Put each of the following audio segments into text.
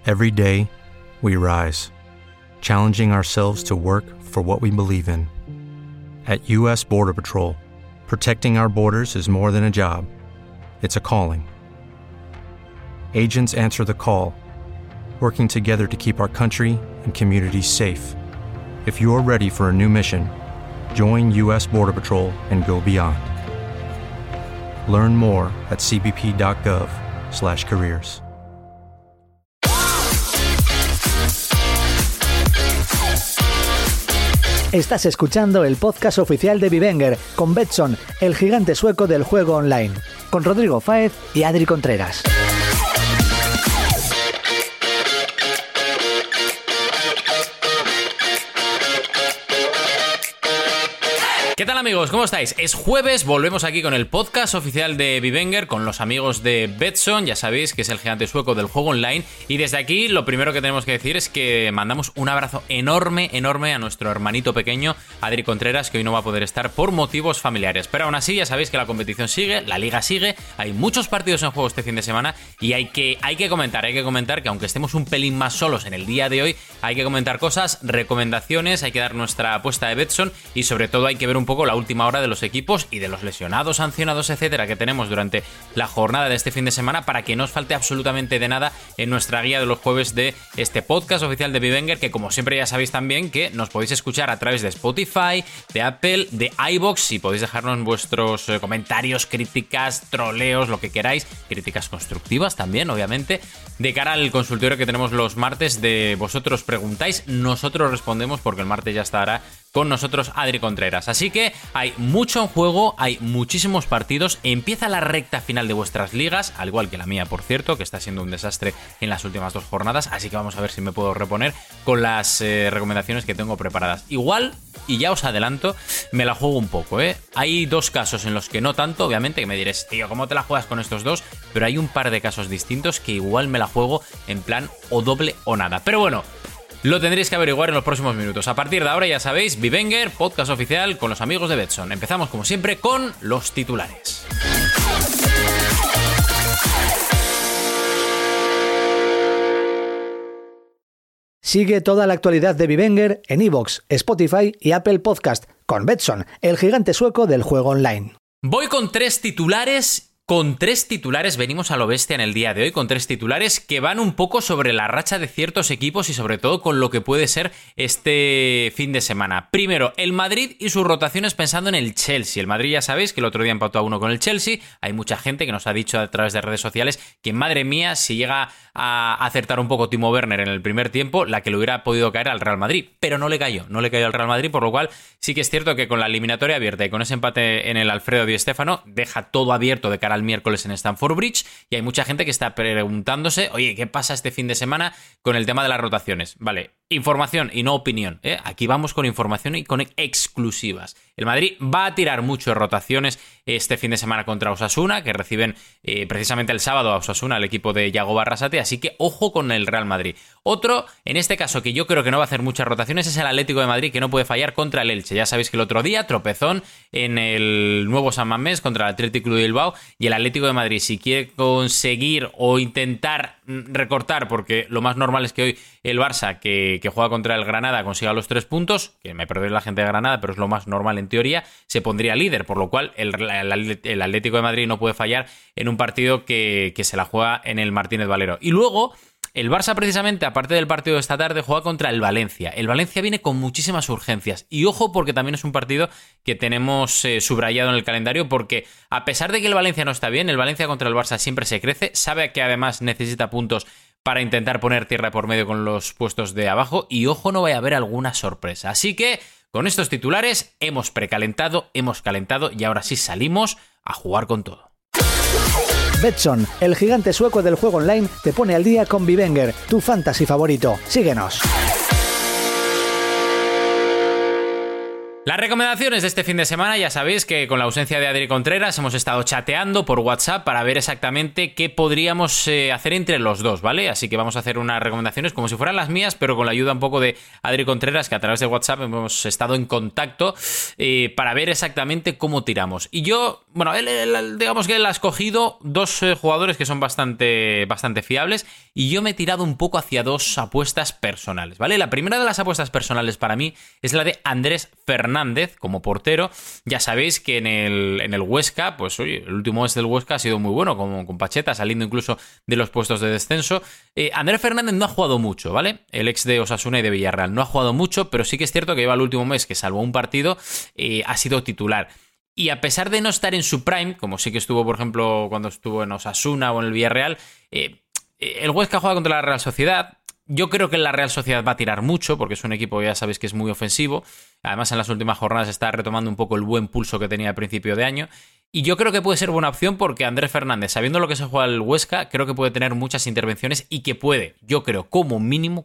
Every day, we rise, challenging ourselves to work for what we believe in. At U.S. Border Patrol, protecting our borders is more than a job. It's a calling. Agents answer the call, working together to keep our country and communities safe. If you're ready for a new mission, join U.S. Border Patrol and go beyond. Learn more at cbp.gov/careers. Estás escuchando el podcast oficial de Vivenger con Betsson, el gigante sueco del juego online, con Rodrigo Fáez y Adri Contreras. ¿Qué tal, amigos? ¿Cómo estáis? Es jueves, volvemos aquí con el podcast oficial de Vivenger, con los amigos de Betsson, ya sabéis que es el gigante sueco del juego online, y desde aquí lo primero que tenemos que decir es que mandamos un abrazo enorme a nuestro hermanito pequeño, Adri Contreras, que hoy no va a poder estar por motivos familiares, pero aún así ya sabéis que la competición sigue, la liga sigue, hay muchos partidos en juego este fin de semana y hay que comentar que aunque estemos un pelín más solos en el día de hoy, hay que comentar cosas, recomendaciones, hay que dar nuestra apuesta de Betsson y sobre todo hay que ver un poco la última hora de los equipos y de los lesionados, sancionados, etcétera, que tenemos durante la jornada de este fin de semana, para que no os falte absolutamente de nada en nuestra guía de los jueves de este podcast oficial de Vivenger, que como siempre ya sabéis también que nos podéis escuchar a través de Spotify, de Apple, de iVoox, y podéis dejarnos vuestros comentarios, críticas, troleos, lo que queráis, críticas constructivas también, obviamente, de cara al consultorio que tenemos los martes de vosotros preguntáis, nosotros respondemos, porque el martes ya estará con nosotros Adri Contreras. Así que hay mucho en juego, hay muchísimos partidos, empieza la recta final de vuestras ligas, al igual que la mía, por cierto, que está siendo un desastre en las últimas 2 jornadas, así que vamos a ver si me puedo reponer con las recomendaciones que tengo preparadas. Igual, y ya os adelanto, me la juego un poco, ¿eh? Hay 2 casos en los que no tanto, obviamente, que me diréis, tío, ¿cómo te la juegas con estos 2? Pero hay un par de casos distintos que igual me la juego en plan o doble o nada. Pero bueno, lo tendréis que averiguar en los próximos minutos. A partir de ahora, ya sabéis, Vivenger, podcast oficial con los amigos de Betsson. Empezamos, como siempre, con los titulares. Sigue toda la actualidad de Vivenger en iVoox, Spotify y Apple Podcast, con Betsson, el gigante sueco del juego online. Voy con 3 titulares. Con 3 titulares venimos a lo bestia en el día de hoy, con 3 titulares que van un poco sobre la racha de ciertos equipos y sobre todo con lo que puede ser este fin de semana. Primero, el Madrid y sus rotaciones pensando en el Chelsea. El Madrid ya sabéis que el otro día empató a 1 con el Chelsea. Hay mucha gente que nos ha dicho a través de redes sociales que, madre mía, si llega a acertar un poco Timo Werner en el primer tiempo, la que le hubiera podido caer al Real Madrid. Pero no le cayó al Real Madrid, por lo cual sí que es cierto que con la eliminatoria abierta y con ese empate en el Alfredo Di Stéfano, deja todo abierto de cara al miércoles en Stamford Bridge, y hay mucha gente que está preguntándose, oye, ¿qué pasa este fin de semana con el tema de las rotaciones? Vale, información y no opinión, ¿eh? Aquí vamos con información y con exclusivas. El Madrid va a tirar mucho de rotaciones este fin de semana contra Osasuna, que reciben precisamente el sábado a Osasuna, el equipo de Yago Barrasate, así que ojo con el Real Madrid. Otro, en este caso, que yo creo que no va a hacer muchas rotaciones, es el Atlético de Madrid, que no puede fallar contra el Elche. Ya sabéis que el otro día tropezón en el nuevo San Mamés contra el Athletic Club de Bilbao, y el Atlético de Madrid, si quiere conseguir o intentar recortar, porque lo más normal es que hoy el Barça, que juega contra el Granada, consiga los 3 puntos, que me perdone la gente de Granada, pero es lo más normal en teoría, se pondría líder, por lo cual el Atlético de Madrid no puede fallar en un partido que se la juega en el Martínez Valero. Y luego el Barça, precisamente, aparte del partido de esta tarde, juega contra el Valencia. El Valencia viene con muchísimas urgencias. Y ojo, porque también es un partido que tenemos subrayado en el calendario, porque a pesar de que el Valencia no está bien, el Valencia contra el Barça siempre se crece, sabe que además necesita puntos para intentar poner tierra por medio con los puestos de abajo, y ojo, no vaya a haber alguna sorpresa. Así que, con estos titulares, hemos precalentado, hemos calentado, y ahora sí salimos a jugar con todo. Betsson, el gigante sueco del juego online, te pone al día con Vivenger, tu fantasy favorito. Síguenos. Las recomendaciones de este fin de semana, ya sabéis que con la ausencia de Adri Contreras hemos estado chateando por WhatsApp para ver exactamente qué podríamos hacer entre los dos, ¿vale? Así que vamos a hacer unas recomendaciones como si fueran las mías, pero con la ayuda un poco de Adri Contreras, que a través de WhatsApp hemos estado en contacto para ver exactamente cómo tiramos. Y yo, bueno, digamos que él ha escogido dos jugadores que son bastante fiables y yo me he tirado un poco hacia dos apuestas personales, ¿vale? La primera de las apuestas personales para mí es la de Andrés Fernández como portero. Ya sabéis que en el Huesca, pues oye, el último mes del Huesca ha sido muy bueno, como con Pacheta, saliendo incluso de los puestos de descenso. Andrés Fernández no ha jugado mucho, ¿vale? El ex de Osasuna y de Villarreal no ha jugado mucho, pero sí que es cierto que lleva el último mes, que salvo un partido, ha sido titular. Y a pesar de no estar en su prime, como sí que estuvo, por ejemplo, cuando estuvo en Osasuna o en el Villarreal, el Huesca juega contra la Real Sociedad. Yo creo que la Real Sociedad va a tirar mucho, porque es un equipo, ya sabéis, que es muy ofensivo. Además, en las últimas jornadas está retomando un poco el buen pulso que tenía a principio de año. Y yo creo que puede ser buena opción porque Andrés Fernández, sabiendo lo que se juega el Huesca, creo que puede tener muchas intervenciones y que puede, yo creo, como mínimo,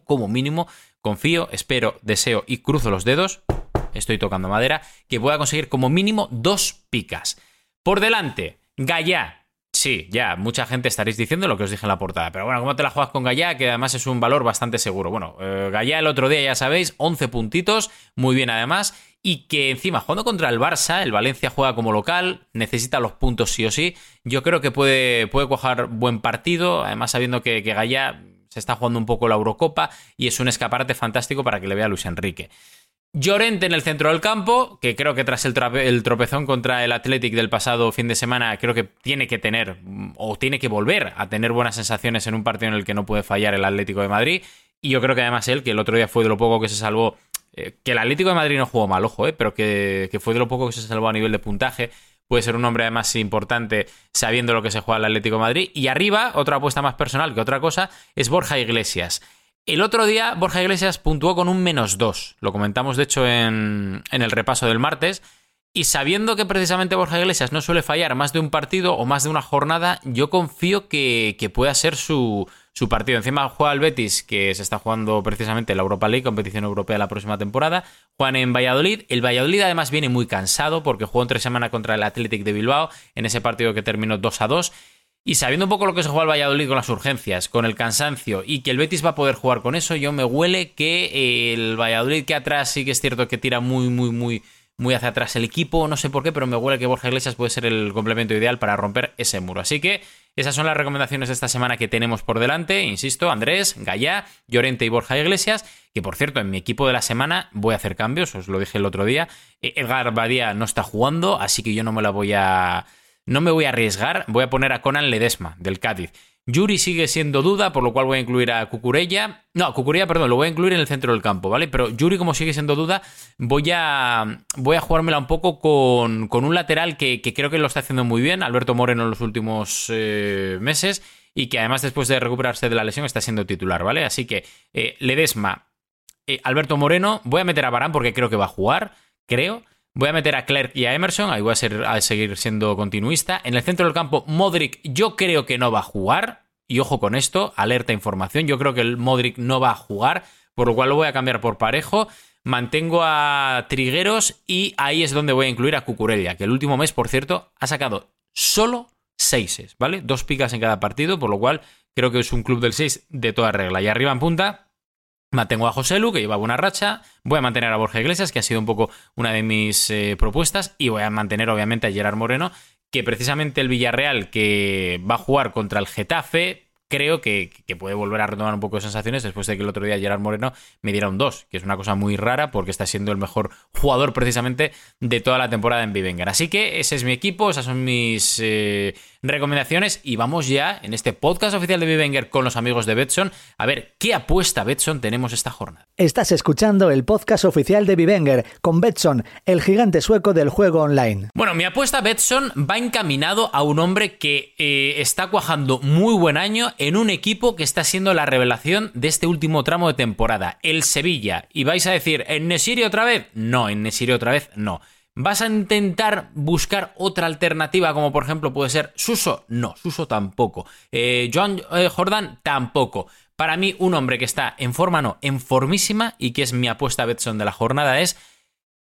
confío, espero, deseo y cruzo los dedos, estoy tocando madera, que pueda conseguir como mínimo 2 picas. Por delante, Gallá. Sí, ya, mucha gente estaréis diciendo lo que os dije en la portada. Pero bueno, ¿cómo te la juegas con Gallá? Que además es un valor bastante seguro. Bueno, Gallá el otro día, ya sabéis, 11 puntitos, muy bien además. Y que encima, jugando contra el Barça, el Valencia juega como local, necesita los puntos sí o sí. Yo creo que puede cuajar buen partido, además sabiendo que Gallá se está jugando un poco la Eurocopa y es un escaparate fantástico para que le vea Luis Enrique. Llorente en el centro del campo, que creo que tras el tropezón contra el Athletic del pasado fin de semana, creo que tiene que tener, o tiene que volver a tener buenas sensaciones en un partido en el que no puede fallar el Atlético de Madrid. Y yo creo que además él, que el otro día fue de lo poco que se salvó, que el Atlético de Madrid no jugó mal, ojo, pero que fue de lo poco que se salvó a nivel de puntaje, puede ser un hombre además importante sabiendo lo que se juega el Atlético de Madrid. Y arriba, otra apuesta más personal que otra cosa, es Borja Iglesias. El otro día Borja Iglesias puntuó con un -2. Lo comentamos de hecho en el repaso del martes. Y sabiendo que precisamente Borja Iglesias no suele fallar más de un partido o más de una jornada, yo confío que pueda ser su partido. Encima juega el Betis, que se está jugando precisamente la Europa League, competición europea la próxima temporada. Juegan en Valladolid. El Valladolid además viene muy cansado porque jugó entre semana contra el Athletic de Bilbao en ese partido que terminó 2-2. Y sabiendo un poco lo que se juega el Valladolid con las urgencias, con el cansancio y que el Betis va a poder jugar con eso, yo me huele que el Valladolid, que atrás sí que es cierto que tira muy hacia atrás el equipo, no sé por qué, pero me huele que Borja Iglesias puede ser el complemento ideal para romper ese muro. Así que esas son las recomendaciones de esta semana que tenemos por delante. Insisto, Andrés, Gallá, Llorente y Borja Iglesias, que por cierto, en mi equipo de la semana voy a hacer cambios, os lo dije el otro día. Edgar Badía no está jugando, así que yo no me voy a arriesgar, voy a poner a Conan Ledesma, del Cádiz. Yuri sigue siendo duda, por lo cual voy a incluir a Cucurella. No, Cucurella, perdón, lo voy a incluir en el centro del campo, ¿vale? Pero Yuri, como sigue siendo duda, voy a jugármela un poco con un lateral que creo que lo está haciendo muy bien, Alberto Moreno, en los últimos meses, y que además después de recuperarse de la lesión está siendo titular, ¿vale? Así que Ledesma, Alberto Moreno, voy a meter a Varane porque creo que va a jugar, creo. Voy a meter a Clerc y a Emerson, ahí voy a seguir siendo continuista. En el centro del campo, Modric yo creo que no va a jugar. Y ojo con esto, alerta información, yo creo que el Modric no va a jugar, por lo cual lo voy a cambiar por Parejo. Mantengo a Trigueros y ahí es donde voy a incluir a Cucurella, que el último mes, por cierto, ha sacado solo 6, ¿vale? 2 picas en cada partido, por lo cual creo que es un club del 6 de toda regla. Y arriba en punta mantengo a Joselu, que lleva buena racha. Voy a mantener a Borja Iglesias, que ha sido un poco una de mis propuestas. Y voy a mantener, obviamente, a Gerard Moreno, que precisamente el Villarreal, que va a jugar contra el Getafe, creo que puede volver a retomar un poco de sensaciones después de que el otro día Gerard Moreno me diera un 2, que es una cosa muy rara porque está siendo el mejor jugador precisamente de toda la temporada en Bivengar. Así que ese es mi equipo, esas son mis recomendaciones y vamos ya en este podcast oficial de Bivengar con los amigos de Betson a ver qué apuesta Betson tenemos esta jornada. Estás escuchando el podcast oficial de Bivengar con Betson, el gigante sueco del juego online. Bueno, mi apuesta Betson va encaminado a un hombre que está cuajando muy buen año en un equipo que está siendo la revelación de este último tramo de temporada, el Sevilla. Y vais a decir, ¿en Nesiri otra vez? No, en Nesiri otra vez no. ¿Vas a intentar buscar otra alternativa como por ejemplo puede ser Suso? No, Suso tampoco. Joan Jordan tampoco. Para mí un hombre que está en forma, no, en formísima y que es mi apuesta Betson de la jornada es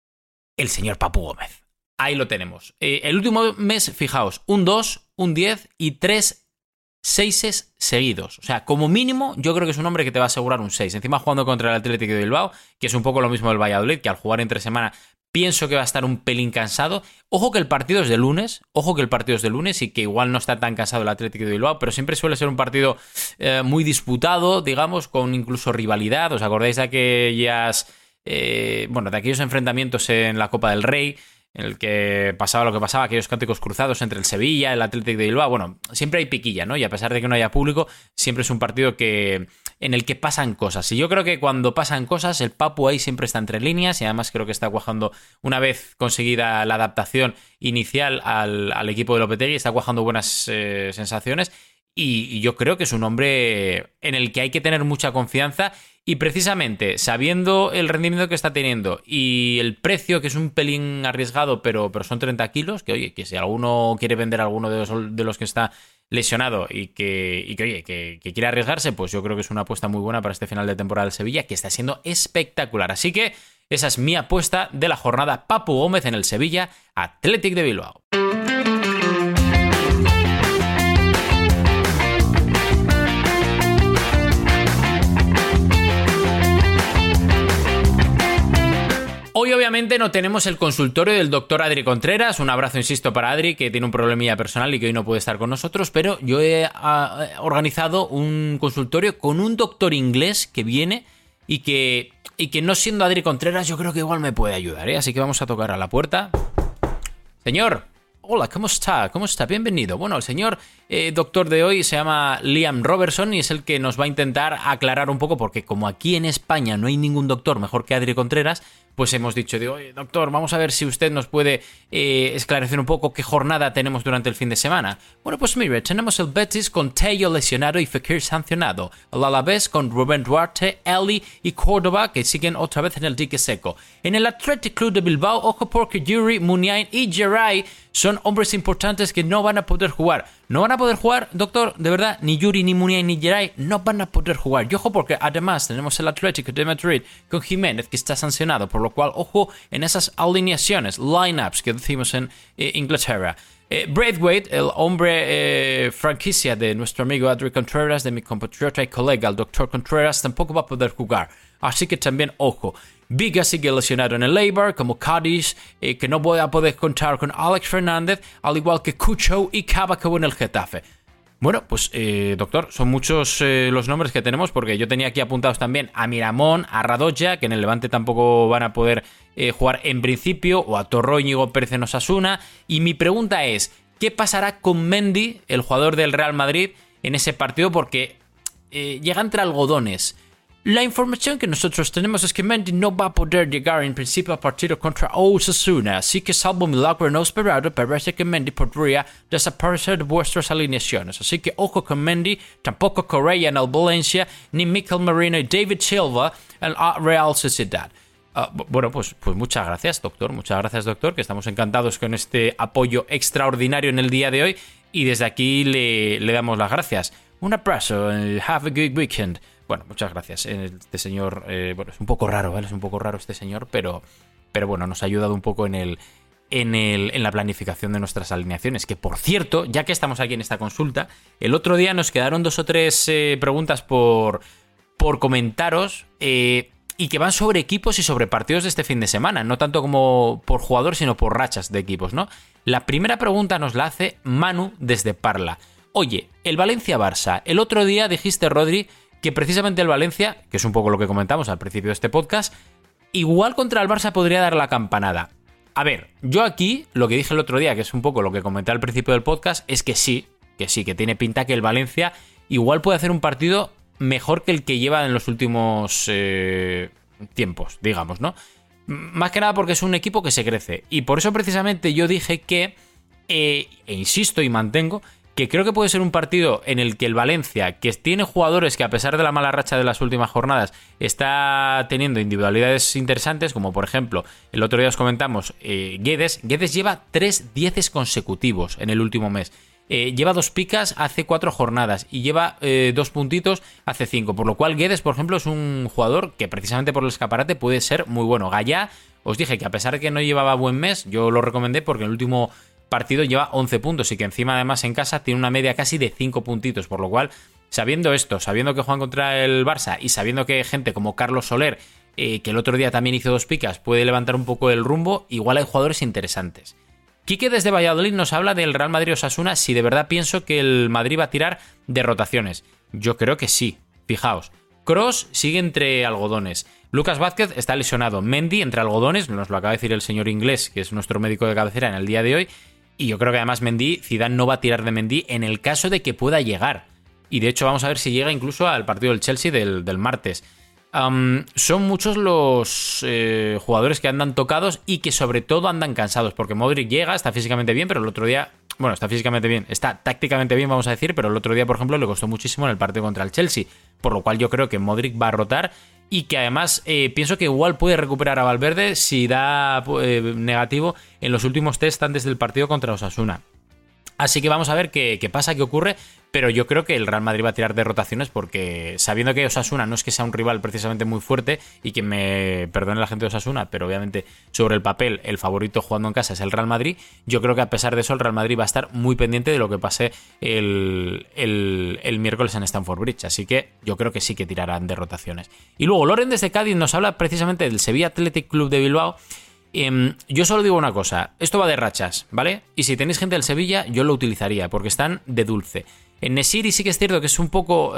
el señor Papu Gómez. Ahí lo tenemos. El último mes, fijaos, un 2, un 10 y 3 6 seguidos. O sea, como mínimo, yo creo que es un hombre que te va a asegurar un 6. Encima jugando contra el Atlético de Bilbao, que es un poco lo mismo del Valladolid, que al jugar entre semana pienso que va a estar un pelín cansado. Ojo que el partido es de lunes, y que igual no está tan cansado el Atlético de Bilbao, pero siempre suele ser un partido muy disputado, digamos, con incluso rivalidad. ¿Os acordáis de de aquellos enfrentamientos en la Copa del Rey, en el que pasaba lo que pasaba, aquellos cánticos cruzados entre el Sevilla, el Atlético de Bilbao? Bueno, siempre hay piquilla, ¿no? Y a pesar de que no haya público, siempre es un partido en el que pasan cosas. Y yo creo que cuando pasan cosas, el Papu ahí siempre está entre líneas, y además creo que está cuajando, una vez conseguida la adaptación inicial al equipo de Lopetegui, está cuajando buenas sensaciones. Y yo creo que es un hombre en el que hay que tener mucha confianza, y precisamente sabiendo el rendimiento que está teniendo y el precio, que es un pelín arriesgado, pero son 30 kilos, que oye, que si alguno quiere vender a alguno de los que está lesionado y que quiere arriesgarse, pues yo creo que es una apuesta muy buena para este final de temporada del Sevilla, que está siendo espectacular. Así que esa es mi apuesta de la jornada: Papu Gómez en el Sevilla, Athletic de Bilbao. Hoy obviamente no tenemos el consultorio del doctor Adri Contreras. Un abrazo, insisto, para Adri, que tiene un problemilla personal y que hoy no puede estar con nosotros, pero yo he organizado un consultorio con un doctor inglés que viene y que no siendo Adri Contreras, yo creo que igual me puede ayudar, ¿eh? Así que vamos a tocar a la puerta. Señor, hola, ¿cómo está? ¿Cómo está? Bienvenido. Bueno, el señor doctor de hoy se llama Liam Robertson y es el que nos va a intentar aclarar un poco, porque como aquí en España no hay ningún doctor mejor que Adri Contreras, pues hemos dicho, oye, doctor, vamos a ver si usted nos puede esclarecer un poco qué jornada tenemos durante el fin de semana. Bueno, pues mire, tenemos el Betis con Tello lesionado y Fekir sancionado, el Alavés con Rubén Duarte, Eli y Córdoba, que siguen otra vez en el dique seco. En el Athletic Club de Bilbao, ojo, porque Yuri, Muniain y Geray son hombres importantes que no van a poder jugar. ¿No van a poder jugar, doctor? De verdad, ni Yuri, ni Muniain, ni Geray no van a poder jugar. Y ojo, porque además tenemos el Atlético de Madrid con Jiménez, que está sancionado, por lo cual, ojo en esas alineaciones, lineups que decimos en Inglaterra. Braithwaite, el hombre franquicia de nuestro amigo Adri Contreras, de mi compatriota y colega, el doctor Contreras, tampoco va a poder jugar. Así que también, ojo, Viga sigue lesionado en el Eibar, como Cádiz, que no voy a poder contar con Alex Fernández, al igual que Cucho y Cabaco en el Getafe. Bueno, pues doctor, son muchos los nombres que tenemos, porque yo tenía aquí apuntados también a Miramón, a Radoja, que en el Levante tampoco van a poder jugar en principio, o a Torro, Íñigo Pérez en Osasuna. Y mi pregunta es, ¿qué pasará con Mendy, el jugador del Real Madrid, en ese partido? Porque llega entre algodones. La información que nosotros tenemos es que Mendy no va a poder llegar en principio al partido contra Osasuna, así que salvo milagro no esperado, parece que Mendy podría desaparecer de vuestras alineaciones. Así que ojo con Mendy, tampoco Correa en el Valencia, ni Mikel Merino y David Silva en la Real Sociedad. Bueno, pues muchas gracias, doctor, que estamos encantados con este apoyo extraordinario en el día de hoy, y desde aquí le damos las gracias. Un abrazo, have a good weekend. Bueno, muchas gracias. Este señor, es un poco raro, ¿vale? Es un poco raro este señor, pero bueno, nos ha ayudado un poco en la planificación de nuestras alineaciones. Que, por cierto, ya que estamos aquí en esta consulta, el otro día nos quedaron 2 o 3 preguntas por comentaros, y que van sobre equipos y sobre partidos de este fin de semana, no tanto como por jugador, sino por rachas de equipos, ¿no? La primera pregunta nos la hace Manu desde Parla. Oye, el Valencia-Barça. El otro día dijiste, Rodri, que precisamente el Valencia, que es un poco lo que comentamos al principio de este podcast, igual contra el Barça podría dar la campanada. A ver, yo aquí lo que dije el otro día, que es un poco lo que comenté al principio del podcast, es que sí, que tiene pinta que el Valencia igual puede hacer un partido mejor que el que lleva en los últimos tiempos, digamos, ¿no? Más que nada porque es un equipo que se crece. Y por eso precisamente yo dije que, e insisto y mantengo, que creo que puede ser un partido en el que el Valencia, que tiene jugadores que a pesar de la mala racha de las últimas jornadas está teniendo individualidades interesantes, como por ejemplo, el otro día os comentamos, Guedes lleva 3 dieces consecutivos en el último mes. lleva 2 picas hace 4 jornadas y lleva 2 puntitos hace 5, por lo cual Guedes, por ejemplo, es un jugador que precisamente por el escaparate puede ser muy bueno. Gallá, os dije que a pesar de que no llevaba buen mes, yo lo recomendé porque en el último partido lleva 11 puntos y que encima además en casa tiene una media casi de 5 puntitos, por lo cual, sabiendo esto, sabiendo que juegan contra el Barça y sabiendo que gente como Carlos Soler, que el otro día también hizo 2 picas, puede levantar un poco el rumbo, igual hay jugadores interesantes. Quique desde Valladolid nos habla del Real Madrid-Osasuna, si de verdad pienso que el Madrid va a tirar de rotaciones. Yo creo que sí, fijaos. Kroos sigue entre algodones. Lucas Vázquez está lesionado. Mendy entre algodones, nos lo acaba de decir el señor Inglés, que es nuestro médico de cabecera en el día de hoy. Y yo creo que además Mendy, Zidane no va a tirar de Mendy en el caso de que pueda llegar. Y de hecho vamos a ver si llega incluso al partido del Chelsea del martes. Son muchos los jugadores que andan tocados y que sobre todo andan cansados, porque Modric llega, está físicamente bien, pero el otro día, bueno, está físicamente bien, está tácticamente bien, vamos a decir, pero el otro día, por ejemplo, le costó muchísimo en el partido contra el Chelsea, por lo cual yo creo que Modric va a rotar y que además pienso que igual puede recuperar a Valverde si da negativo en los últimos test antes del partido contra Osasuna. Así que vamos a ver qué pasa, qué ocurre, pero yo creo que el Real Madrid va a tirar de rotaciones porque sabiendo que Osasuna no es que sea un rival precisamente muy fuerte y que me perdone la gente de Osasuna, pero obviamente sobre el papel el favorito jugando en casa es el Real Madrid, yo creo que a pesar de eso el Real Madrid va a estar muy pendiente de lo que pase el miércoles en Stamford Bridge, así que yo creo que sí que tirarán de rotaciones. Y luego Loren desde Cádiz nos habla precisamente del Sevilla Athletic Club de Bilbao. Yo solo digo una cosa, esto va de rachas, ¿vale? Y si tenéis gente del Sevilla, yo lo utilizaría, porque están de dulce. En Nesiri sí que es cierto que es un poco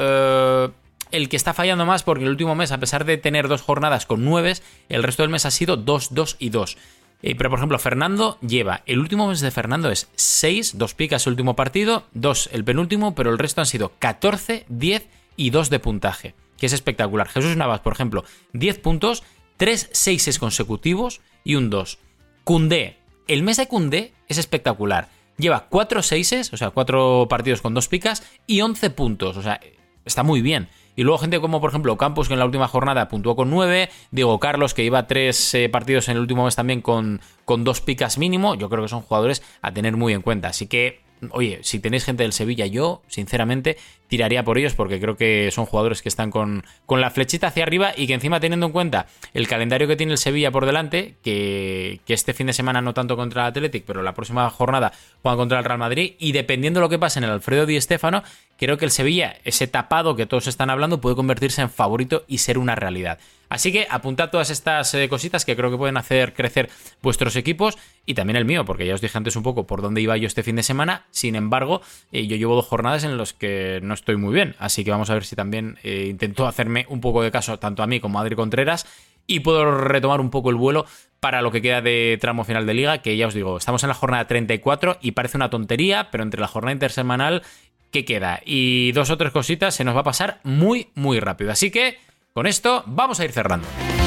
el que está fallando más, porque el último mes, a pesar de tener 2 jornadas con 9, el resto del mes ha sido 2, 2 y 2. Pero por ejemplo, Fernando lleva, el último mes de Fernando es 6, 2 picas el último partido, 2 el penúltimo, pero el resto han sido 14, 10 y 2 de puntaje, que es espectacular. Jesús Navas, por ejemplo, 10 puntos, 3 6 consecutivos y un 2. Koundé, el mes de Koundé es espectacular. Lleva 4 6, o sea, 4 partidos con 2 picas y 11 puntos, o sea, está muy bien. Y luego gente como, por ejemplo, Campos, que en la última jornada puntuó con 9, Diego Carlos, que lleva 3 partidos en el último mes también con 2 picas mínimo, yo creo que son jugadores a tener muy en cuenta. Así que, oye, si tenéis gente del Sevilla, yo, sinceramente, tiraría por ellos porque creo que son jugadores que están con la flechita hacia arriba y que encima, teniendo en cuenta el calendario que tiene el Sevilla por delante, que este fin de semana no tanto contra el Athletic, pero la próxima jornada juegan contra el Real Madrid, y dependiendo de lo que pase en el Alfredo Di Stéfano, creo que el Sevilla, ese tapado que todos están hablando, puede convertirse en favorito y ser una realidad. Así que apuntad todas estas cositas que creo que pueden hacer crecer vuestros equipos y también el mío, porque ya os dije antes un poco por dónde iba yo este fin de semana. Sin embargo, yo llevo 2 jornadas en las que no estoy muy bien, así que vamos a ver si también intento hacerme un poco de caso tanto a mí como a Adri Contreras y puedo retomar un poco el vuelo para lo que queda de tramo final de liga, que ya os digo, estamos en la jornada 34 y parece una tontería, pero entre la jornada intersemanal, ¿qué queda? Y 2 o 3 cositas se nos va a pasar muy, muy rápido. Así que con esto vamos a ir cerrando.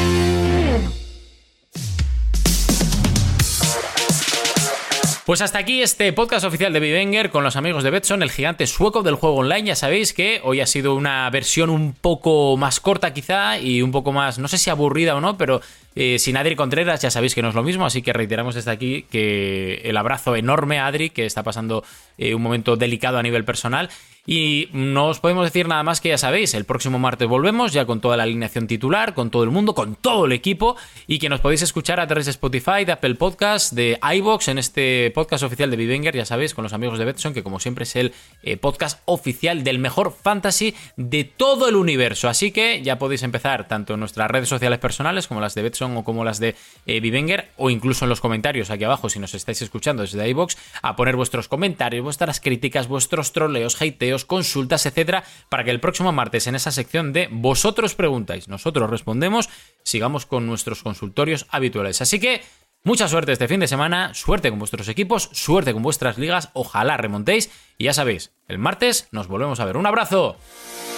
Pues hasta aquí este podcast oficial de Bivenger con los amigos de Betsson, el gigante sueco del juego online. Ya sabéis que hoy ha sido una versión un poco más corta quizá y un poco más, no sé si aburrida o no, pero sin Adri Contreras ya sabéis que no es lo mismo, así que reiteramos desde aquí que el abrazo enorme a Adri, que está pasando un momento delicado a nivel personal. Y no os podemos decir nada más que ya sabéis, el próximo martes volvemos ya con toda la alineación titular, con todo el mundo, con todo el equipo, y que nos podéis escuchar a través de Spotify, de Apple Podcast, de iVoox, en este podcast oficial de Bivenger, ya sabéis, con los amigos de Betsson, que como siempre es el podcast oficial del mejor fantasy de todo el universo. Así que ya podéis empezar tanto en nuestras redes sociales personales como las de Betsson o como las de Bivenger, o incluso en los comentarios aquí abajo si nos estáis escuchando desde iVoox, a poner vuestros comentarios, vuestras críticas, vuestros troleos, hateos, consultas, etcétera, para que el próximo martes en esa sección de vosotros preguntáis, nosotros respondemos, sigamos con nuestros consultorios habituales. Así que mucha suerte este fin de semana, suerte con vuestros equipos, suerte con vuestras ligas, ojalá remontéis y ya sabéis, el martes nos volvemos a ver. ¡Un abrazo!